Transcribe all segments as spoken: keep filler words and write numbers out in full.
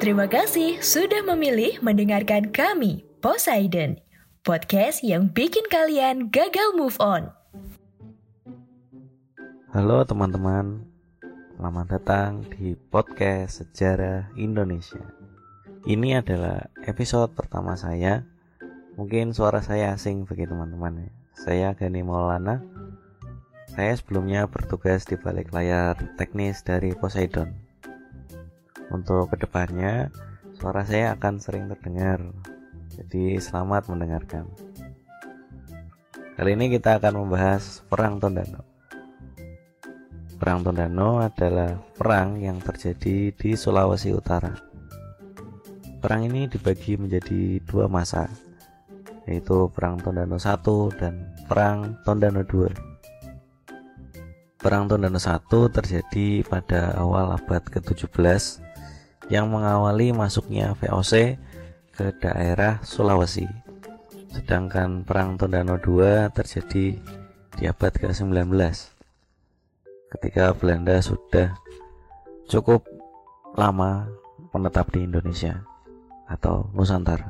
Terima kasih sudah memilih mendengarkan kami, Poseidon, podcast yang bikin kalian gagal move on. Halo teman-teman, selamat datang di podcast Sejarah Indonesia. Ini adalah episode pertama saya. Mungkin suara saya asing bagi teman-teman. Saya Gani Maulana. Saya sebelumnya bertugas di balik layar teknis dari Poseidon. Untuk kedepannya, suara saya akan sering terdengar. Jadi selamat mendengarkan. Kali ini kita akan membahas Perang Tondano. Perang Tondano adalah perang yang terjadi di Sulawesi Utara. Perang ini dibagi menjadi dua masa, yaitu Perang Tondano satu dan Perang Tondano dua. Perang Tondano satu terjadi pada awal abad ketujuh belas yang mengawali masuknya V O C ke daerah Sulawesi. Sedangkan Perang Tondano dua terjadi di abad ke sembilan belas ketika Belanda sudah cukup lama menetap di Indonesia atau Nusantara.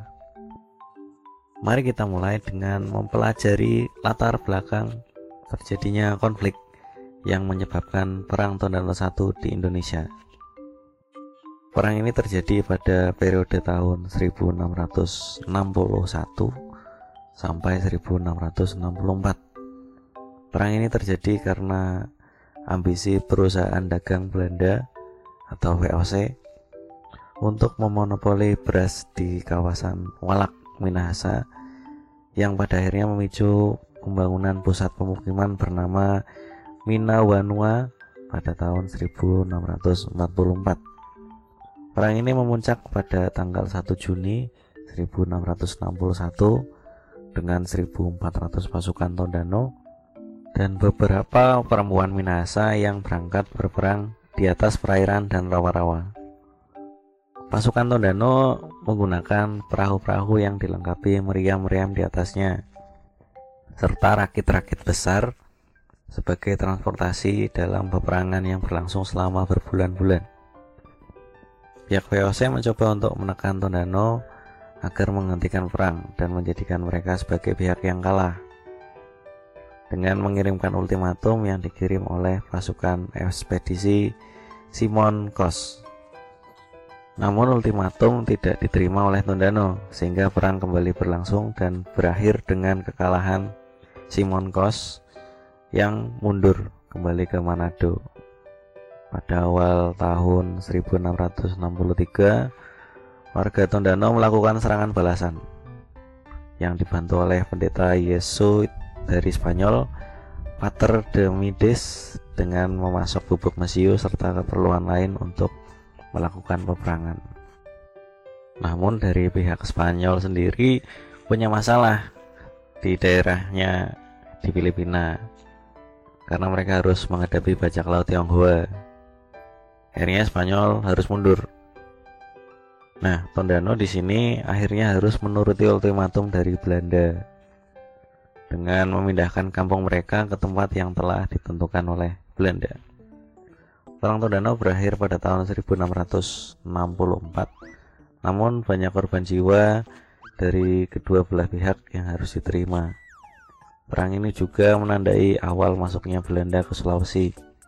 Mari kita mulai dengan mempelajari latar belakang terjadinya konflik yang menyebabkan Perang Tondano satu di Indonesia. Perang ini terjadi pada periode tahun seribu enam ratus enam puluh satu sampai seribu enam ratus enam puluh empat. Perang ini terjadi karena ambisi perusahaan dagang Belanda atau V O C untuk memonopoli beras di kawasan Walak, Minahasa, yang pada akhirnya memicu pembangunan pusat pemukiman bernama Minawanua pada tahun seribu enam ratus empat puluh empat. Perang ini memuncak pada tanggal satu Juni seribu enam ratus enam puluh satu dengan seribu empat ratus pasukan Tondano dan beberapa perempuan Minahasa yang berangkat berperang di atas perairan dan rawa-rawa. Pasukan Tondano menggunakan perahu-perahu yang dilengkapi meriam-meriam di atasnya, serta rakit-rakit besar sebagai transportasi dalam peperangan yang berlangsung selama berbulan-bulan. Pihak V O C mencoba untuk menekan Tondano agar menghentikan perang dan menjadikan mereka sebagai pihak yang kalah dengan mengirimkan ultimatum yang dikirim oleh pasukan ekspedisi Simon Kos. Namun ultimatum tidak diterima oleh Tondano sehingga perang kembali berlangsung dan berakhir dengan kekalahan Simon Kos yang mundur kembali ke Manado. Pada awal tahun seribu enam ratus enam puluh tiga, warga Tondano melakukan serangan balasan yang dibantu oleh pendeta Yesuit dari Spanyol, Pater de Mides, dengan memasok bubuk mesiu serta keperluan lain untuk melakukan peperangan. Namun dari pihak Spanyol sendiri punya masalah di daerahnya di Filipina karena mereka harus menghadapi bajak laut Tionghoa. Akhirnya Spanyol harus mundur. Nah, Tondano di sini akhirnya harus menuruti ultimatum dari Belanda dengan memindahkan kampung mereka ke tempat yang telah ditentukan oleh Belanda. Perang Tondano berakhir pada tahun seribu enam ratus enam puluh empat. Namun banyak korban jiwa dari kedua belah pihak yang harus diterima. Perang ini juga menandai awal masuknya Belanda ke Sulawesi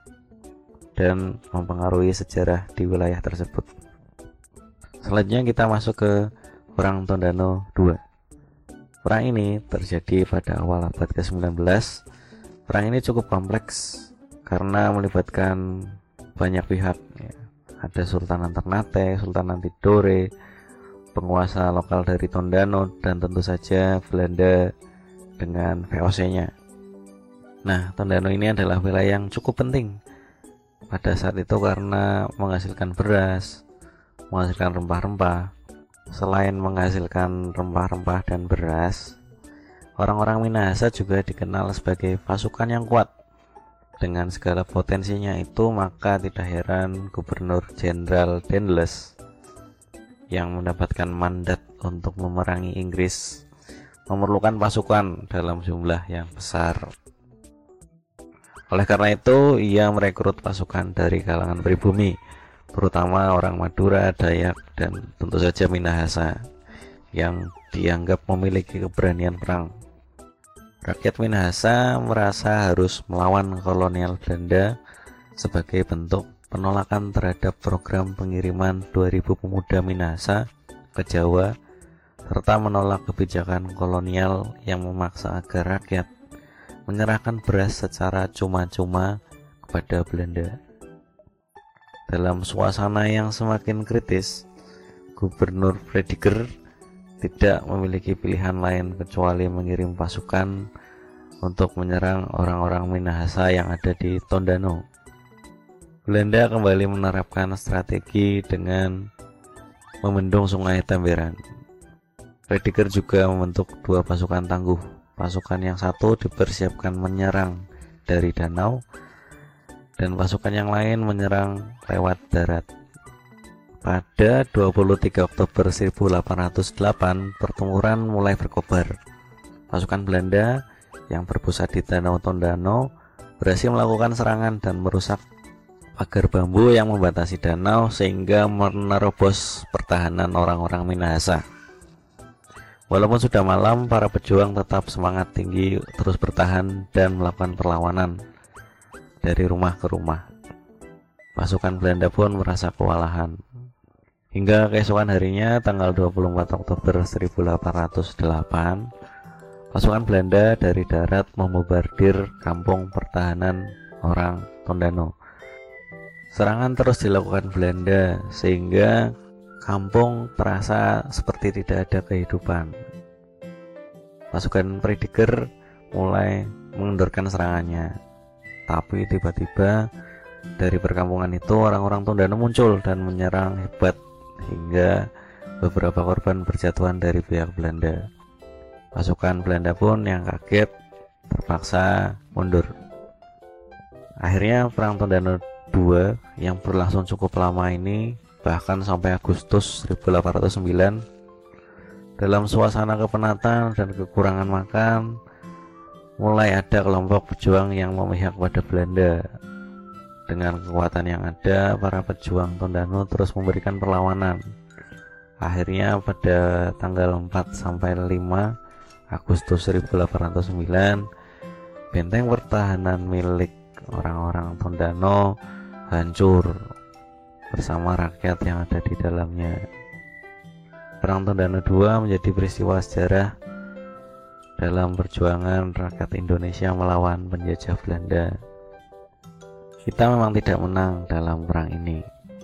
dan mempengaruhi sejarah di wilayah tersebut. Selanjutnya kita masuk ke Perang Tondano dua. Perang ini terjadi pada awal abad ke sembilan belas. Perang ini cukup kompleks karena melibatkan banyak pihak. Ada Sultanan Ternate, Sultanan Tidore, penguasa lokal dari Tondano, dan tentu saja Belanda dengan V O C-nya. Nah, Tondano ini adalah wilayah yang cukup penting pada saat itu karena menghasilkan beras, menghasilkan rempah-rempah. Selain menghasilkan rempah-rempah dan beras, orang-orang Minahasa juga dikenal sebagai pasukan yang kuat. Dengan segala potensinya itu, maka tidak heran Gubernur Jenderal Dendles yang mendapatkan mandat untuk memerangi Inggris memerlukan pasukan dalam jumlah yang besar. Oleh karena itu, ia merekrut pasukan dari kalangan pribumi terutama orang Madura, Dayak, dan tentu saja Minahasa yang dianggap memiliki keberanian perang. Rakyat Minahasa merasa harus melawan kolonial Belanda sebagai bentuk penolakan terhadap program pengiriman dua ribu pemuda Minahasa ke Jawa, serta menolak kebijakan kolonial yang memaksa agar rakyat menyerahkan beras secara cuma-cuma kepada Belanda. Dalam suasana yang semakin kritis, Gubernur Prediger tidak memiliki pilihan lain kecuali mengirim pasukan untuk menyerang orang-orang Minahasa yang ada di Tondano. Belanda kembali menerapkan strategi dengan membendung sungai Tamberan. Prediger juga membentuk dua pasukan tangguh. Pasukan yang satu dipersiapkan menyerang dari danau, dan pasukan yang lain menyerang lewat darat. Pada dua puluh tiga Oktober seribu delapan ratus delapan, pertempuran mulai berkobar. Pasukan Belanda yang berpusat di Danau Tondano berhasil melakukan serangan dan merusak pagar bambu yang membatasi danau sehingga menerobos pertahanan orang-orang Minahasa. Walaupun sudah malam, para pejuang tetap semangat tinggi terus bertahan dan melakukan perlawanan dari rumah ke rumah. Pasukan Belanda pun merasa kewalahan. Hingga keesokan harinya, tanggal dua puluh empat Oktober seribu delapan ratus delapan, pasukan Belanda dari darat membombardir kampung pertahanan orang Tondano. Serangan terus dilakukan Belanda sehingga kampung terasa seperti tidak ada kehidupan. Pasukan Prediger mulai mengendorkan serangannya. Tapi tiba-tiba dari perkampungan itu orang-orang Tondano muncul dan menyerang hebat hingga beberapa korban berjatuhan dari pihak Belanda. Pasukan Belanda pun yang kaget terpaksa mundur. Akhirnya perang Tondano kedua yang berlangsung cukup lama ini, bahkan sampai Agustus seribu delapan ratus sembilan, dalam suasana kepenatan dan kekurangan makan, mulai ada kelompok pejuang yang memihak pada Belanda. Dengan kekuatan yang ada, para pejuang Tondano terus memberikan perlawanan. Akhirnya pada tanggal empat sampai lima Agustus seribu delapan ratus sembilan, benteng pertahanan milik orang-orang Tondano hancur bersama rakyat yang ada di dalamnya. Perang Tondano kedua menjadi peristiwa sejarah dalam perjuangan rakyat Indonesia melawan penjajah Belanda. Kita memang tidak menang dalam perang ini,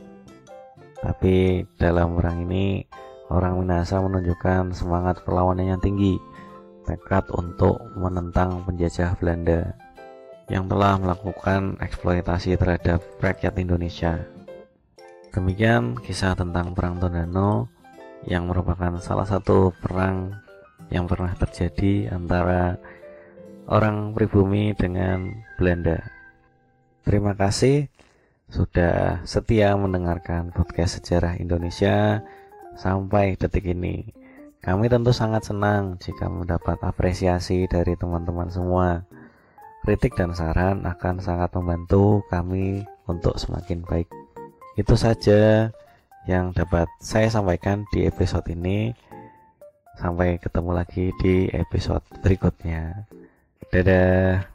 tapi dalam perang ini orang Minahasa menunjukkan semangat perlawanan yang tinggi, tekad untuk menentang penjajah Belanda yang telah melakukan eksploitasi terhadap rakyat Indonesia. Demikian kisah tentang perang Tondano yang merupakan salah satu perang yang pernah terjadi antara orang pribumi dengan Belanda. Terima kasih sudah setia mendengarkan podcast Sejarah Indonesia sampai detik ini. Kami tentu sangat senang jika mendapat apresiasi dari teman-teman semua. Kritik dan saran akan sangat membantu kami untuk semakin baik. Itu saja yang dapat saya sampaikan di episode ini. Sampai ketemu lagi di episode berikutnya. Dadah.